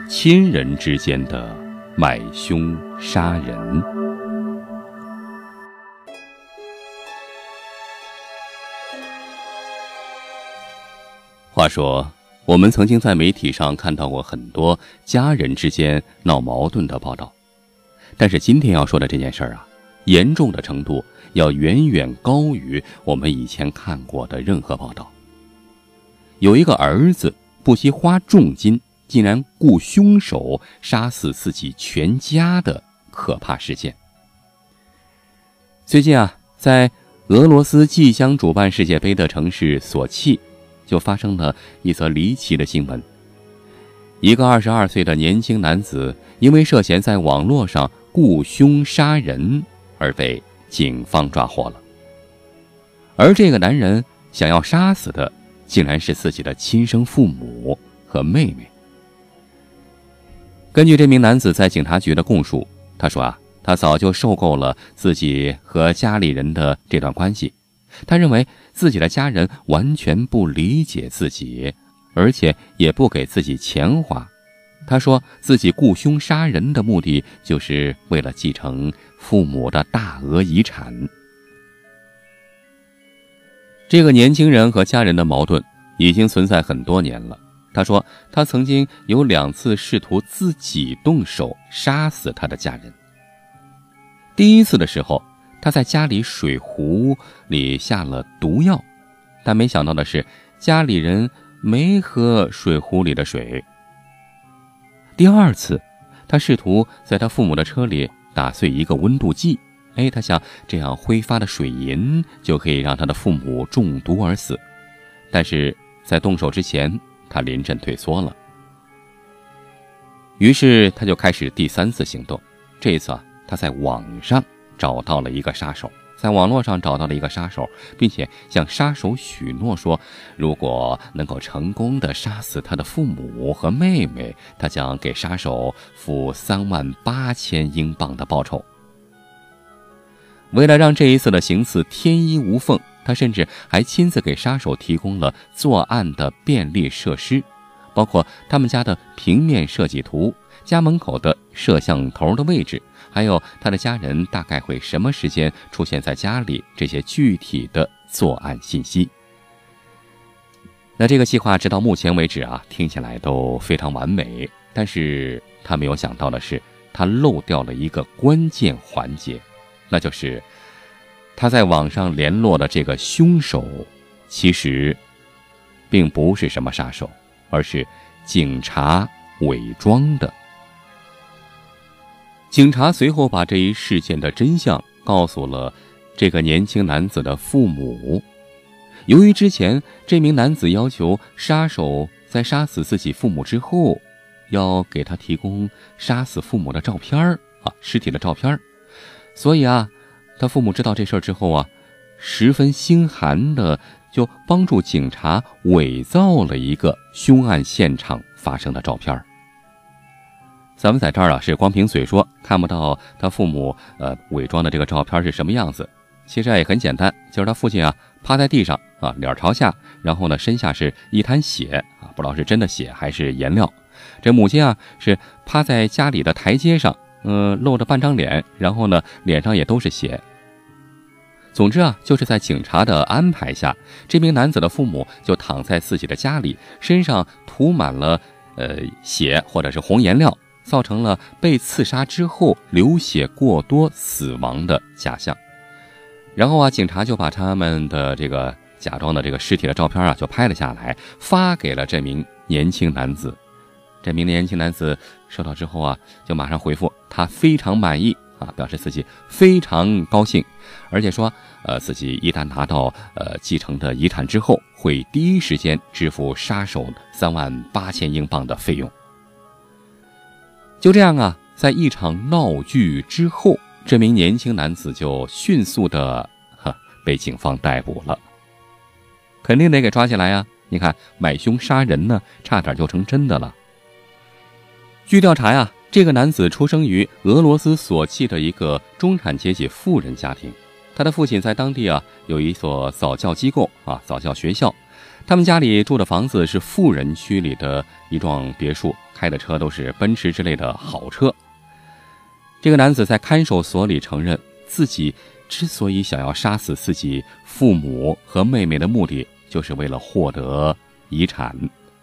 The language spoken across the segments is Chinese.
亲人之间的买凶杀人。话说，我们曾经在媒体上看到过很多家人之间闹矛盾的报道，但是今天要说的这件事儿啊，严重的程度要远远高于我们以前看过的任何报道。有一个儿子不惜花重金，竟然雇凶手杀死自己全家的可怕事件。最近啊，在俄罗斯即将主办世界杯的城市索契，就发生了一则离奇的新闻。一个22岁的年轻男子因为涉嫌在网络上雇凶杀人而被警方抓获了。而这个男人想要杀死的竟然是自己的亲生父母和妹妹。根据这名男子在警察局的供述，他说他早就受够了自己和家里人的这段关系，他认为自己的家人完全不理解自己，而且也不给自己钱花。他说自己雇凶杀人的目的就是为了继承父母的大额遗产。这个年轻人和家人的矛盾已经存在很多年了。他说他曾经有2次试图自己动手杀死他的家人。第一次的时候，他在家里水壶里下了毒药，但没想到的是家里人没喝水壶里的水。第2次，他试图在他父母的车里打碎一个温度计，他想这样挥发的水银就可以让他的父母中毒而死。但是在动手之前，他临阵退缩了。于是他就开始第3次行动。这一次他在网上找到了一个杀手，并且向杀手许诺说，如果能够成功地杀死他的父母和妹妹，他将给杀手付38000英镑的报酬。为了让这一次的行刺天衣无缝，他甚至还亲自给杀手提供了作案的便利设施，包括他们家的平面设计图、家门口的摄像头的位置，还有他的家人大概会什么时间出现在家里，这些具体的作案信息。那这个计划直到目前为止听起来都非常完美，但是他没有想到的是，他漏掉了一个关键环节，那就是他在网上联络的这个凶手其实并不是什么杀手，而是警察伪装的。警察随后把这一事件的真相告诉了这个年轻男子的父母。由于之前这名男子要求杀手在杀死自己父母之后要给他提供杀死父母的照片尸体的照片，所以他父母知道这事儿之后十分心寒的就帮助警察伪造了一个凶案现场发生的照片。咱们在这儿是光凭嘴说，看不到他父母伪装的这个照片是什么样子。其实也很简单，就是他父亲趴在地上脸朝下，然后呢身下是一滩血不知道是真的血还是颜料。这母亲是趴在家里的台阶上，露着半张脸，然后呢脸上也都是血。总之就是在警察的安排下，这名男子的父母就躺在自己的家里，身上涂满了血或者是红颜料，造成了被刺杀之后流血过多死亡的假象。然后警察就把他们的这个假装的这个尸体的照片就拍了下来，发给了这名年轻男子。这名年轻男子收到之后就马上回复他非常满意表示自己非常高兴，而且说自己一旦拿到继承的遗产之后，会第一时间支付杀手38000英镑的费用。就这样在一场闹剧之后，这名年轻男子就迅速的被警方逮捕了，肯定得给抓起来你看买凶杀人呢，差点就成真的了。据调查这个男子出生于俄罗斯索契的一个中产阶级富人家庭，他的父亲在当地有一所早教机构早教学校， 他们家里住的房子是富人区里的一幢别墅，开的车都是奔驰之类的好车。这个男子在看守所里承认，自己之所以想要杀死自己父母和妹妹的目的，就是为了获得遗产。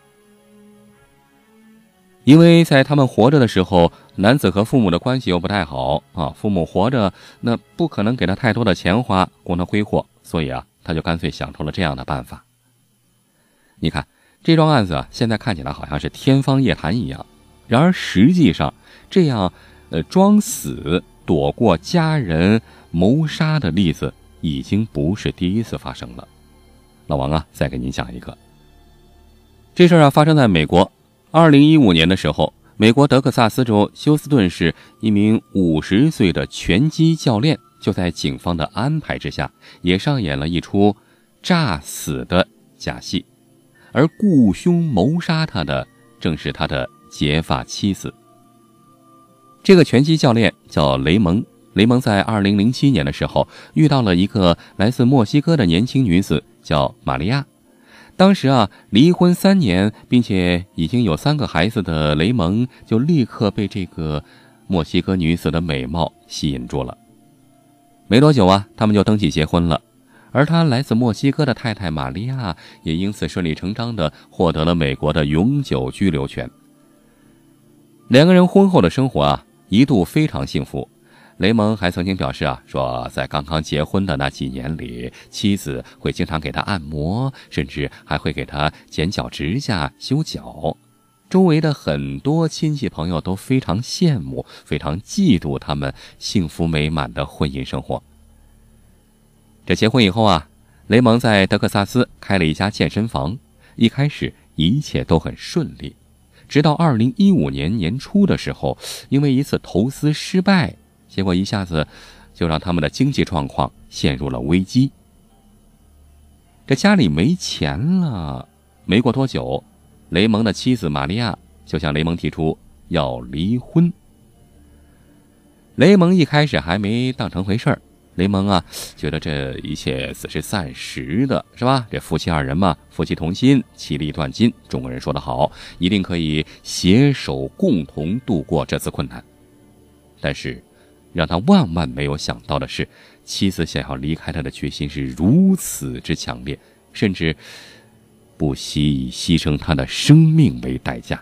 因为在他们活着的时候，男子和父母的关系又不太好啊，父母活着那不可能给他太多的钱花供他挥霍，所以他就干脆想出了这样的办法。你看这桩案子现在看起来好像是天方夜谭一样，然而实际上这样装死躲过家人谋杀的例子已经不是第一次发生了。老王再给您讲一个。这事儿发生在美国。2015年的时候，美国德克萨斯州休斯顿市一名50岁的拳击教练就在警方的安排之下，也上演了一出诈死的假戏，而雇凶谋杀他的正是他的结发妻子。这个拳击教练叫雷蒙，雷蒙在2007年的时候遇到了一个来自墨西哥的年轻女子，叫玛利亚。当时离婚3年并且已经有3个孩子的雷蒙就立刻被这个墨西哥女子的美貌吸引住了。没多久他们就登记结婚了，而他来自墨西哥的太太玛利亚也因此顺理成章地获得了美国的永久居留权。2个人婚后的生活一度非常幸福。雷蒙还曾经表示说在刚刚结婚的那几年里，妻子会经常给他按摩，甚至还会给他剪脚指甲、修脚。周围的很多亲戚朋友都非常羡慕，非常嫉妒他们幸福美满的婚姻生活。这结婚以后雷蒙在德克萨斯开了一家健身房，一开始一切都很顺利，直到2015年年初的时候，因为一次投资失败，结果一下子就让他们的经济状况陷入了危机。这家里没钱了，没过多久，雷蒙的妻子玛利亚就向雷蒙提出要离婚。雷蒙一开始还没当成回事儿，雷蒙觉得这一切只是暂时的，是吧？这夫妻2人嘛，夫妻同心，其利断金，中国人说得好，一定可以携手共同度过这次困难。但是让他万万没有想到的是，妻子想要离开他的决心是如此之强烈，甚至不惜以牺牲他的生命为代价。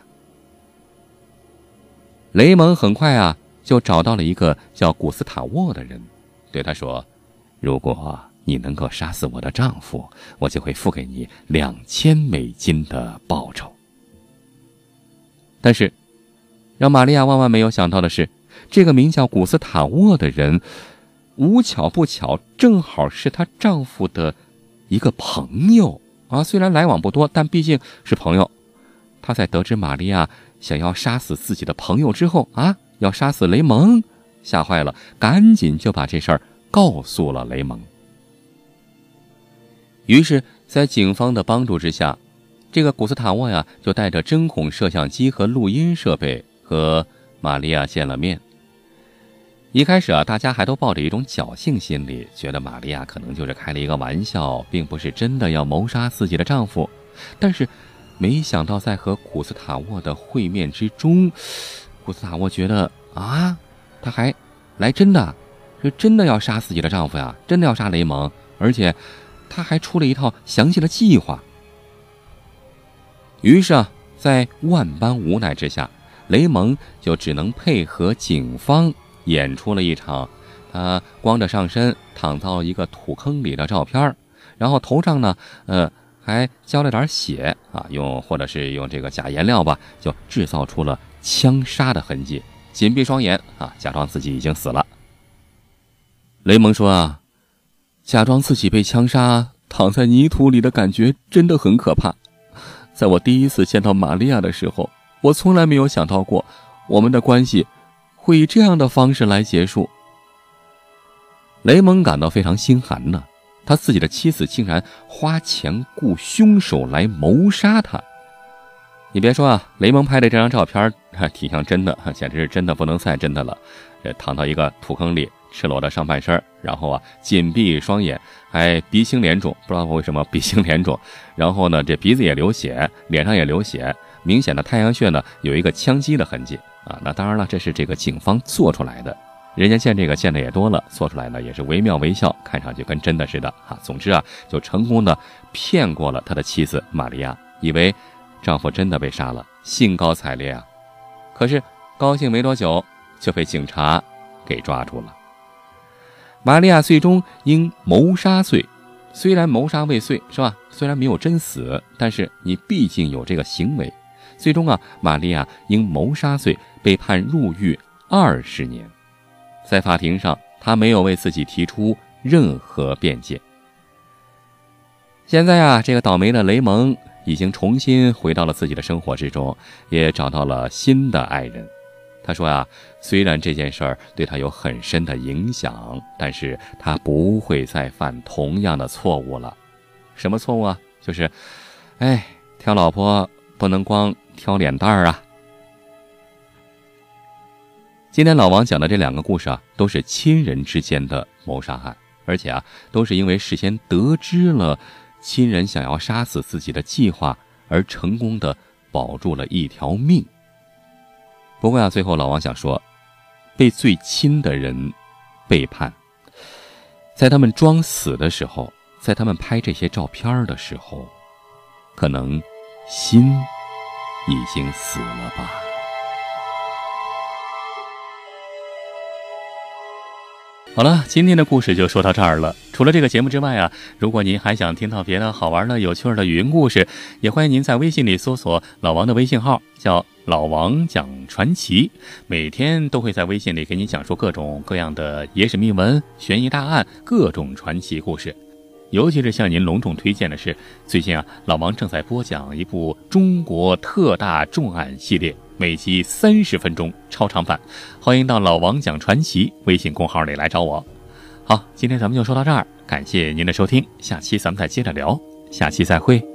雷蒙很快就找到了一个叫古斯塔沃的人，对他说，如果你能够杀死我的丈夫，我就会付给你$2000的报酬。但是让玛利亚万万没有想到的是，这个名叫古斯塔沃的人无巧不巧正好是她丈夫的一个朋友虽然来往不多，但毕竟是朋友。他在得知玛利亚想要杀死自己的朋友之后要杀死雷蒙，吓坏了，赶紧就把这事儿告诉了雷蒙。于是在警方的帮助之下，这个古斯塔沃就带着针孔摄像机和录音设备和玛利亚见了面。一开始大家还都抱着一种侥幸心理，觉得玛利亚可能就是开了一个玩笑，并不是真的要谋杀自己的丈夫。但是没想到在和古斯塔沃的会面之中，古斯塔沃觉得他还来真的，是真的要杀自己的丈夫呀，真的要杀雷蒙，而且他还出了一套详细的计划。于是在万般无奈之下，雷蒙就只能配合警方演出了一场他光着上身躺到一个土坑里的照片，然后头上呢还浇了点血或者是用这个假颜料吧，就制造出了枪杀的痕迹，紧闭双眼假装自己已经死了。雷蒙说假装自己被枪杀躺在泥土里的感觉真的很可怕。在我第一次见到玛利亚的时候，我从来没有想到过我们的关系会以这样的方式来结束。雷蒙感到非常心寒呢，他自己的妻子竟然花钱雇凶手来谋杀他。你别说雷蒙拍的这张照片挺像真的，简直是真的不能再真的了。躺到一个土坑里，赤裸的上半身，然后紧闭双眼， 还鼻青脸肿，不知道为什么鼻青脸肿。然后呢，这鼻子也流血，脸上也流血，明显的太阳穴呢有一个枪击的痕迹啊。那当然了，这是这个警方做出来的，人家见这个见的也多了，做出来呢也是惟妙惟肖，看上去跟真的似的啊。总之啊，就成功的骗过了他的妻子玛利亚，以为丈夫真的被杀了，兴高采烈啊。可是高兴没多久，就被警察给抓住了。玛利亚最终因谋杀罪，虽然谋杀未遂是吧？虽然没有真死，但是你毕竟有这个行为。最终啊，玛利亚因谋杀罪被判入狱20年。在法庭上，她没有为自己提出任何辩解。现在啊，这个倒霉的雷蒙已经重新回到了自己的生活之中，也找到了新的爱人。他说啊，虽然这件事儿对他有很深的影响，但是他不会再犯同样的错误了。什么错误啊？就是挑老婆不能光挑脸蛋儿啊。今天老王讲的这2个故事啊，都是亲人之间的谋杀案，而且啊，都是因为事先得知了亲人想要杀死自己的计划，而成功的保住了一条命。不过啊，最后老王想说，被最亲的人背叛，在他们装死的时候，在他们拍这些照片的时候，可能心已经死了吧。好了，今天的故事就说到这儿了。除了这个节目之外啊，如果您还想听到别的好玩的、有趣的语音故事，也欢迎您在微信里搜索老王的微信号，叫老王讲传奇，每天都会在微信里给你讲述各种各样的野史秘闻、悬疑大案、各种传奇故事。尤其是向您隆重推荐的是，最近啊，老王正在播讲一部中国特大重案系列，每集30分钟超长版，欢迎到老王讲传奇微信公号里来找我。好，今天咱们就说到这儿，感谢您的收听，下期咱们再接着聊，下期再会。